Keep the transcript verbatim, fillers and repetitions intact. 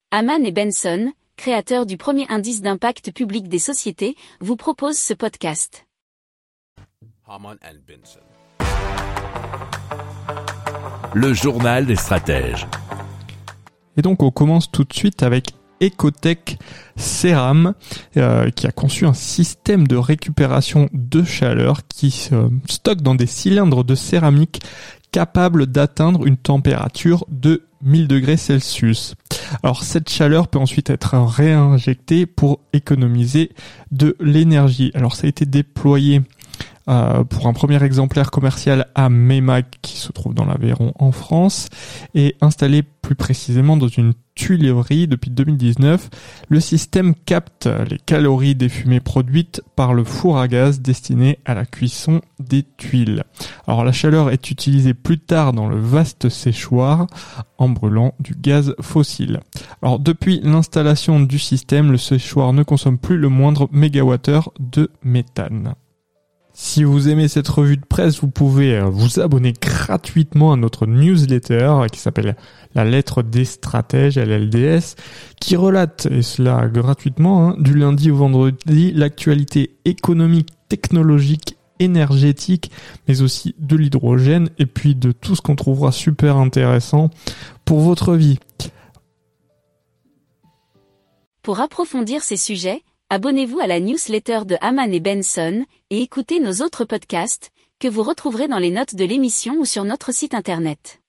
Hamann et Benson, créateurs du premier indice d'impact public des sociétés, vous proposent ce podcast. Hamann and Benson. Le journal des stratèges. Et donc on commence tout de suite avec Ecotech Ceram euh, qui a conçu un système de récupération de chaleur qui se stocke dans des cylindres de céramique capables d'atteindre une température de mille degrés Celsius. Alors cette chaleur peut ensuite être réinjectée pour économiser de l'énergie. Alors ça a été déployé Euh, pour un premier exemplaire commercial à Meymac qui se trouve dans l'Aveyron en France et installé plus précisément dans une tuilerie depuis deux mille dix-neuf. Le système capte les calories des fumées produites par le four à gaz destiné à la cuisson des tuiles. Alors la chaleur est utilisée plus tard dans le vaste séchoir en brûlant du gaz fossile. Alors depuis l'installation du système, le séchoir ne consomme plus le moindre mégawattheure de méthane. Si vous aimez cette revue de presse, vous pouvez vous abonner gratuitement à notre newsletter qui s'appelle La Lettre des Stratèges, L L D S, qui relate, et cela gratuitement, hein, du lundi au vendredi, l'actualité économique, technologique, énergétique, mais aussi de l'hydrogène, et puis de tout ce qu'on trouvera super intéressant pour votre vie. Pour approfondir ces sujets, abonnez-vous à la newsletter de Hamann et Benson et écoutez nos autres podcasts que vous retrouverez dans les notes de l'émission ou sur notre site internet.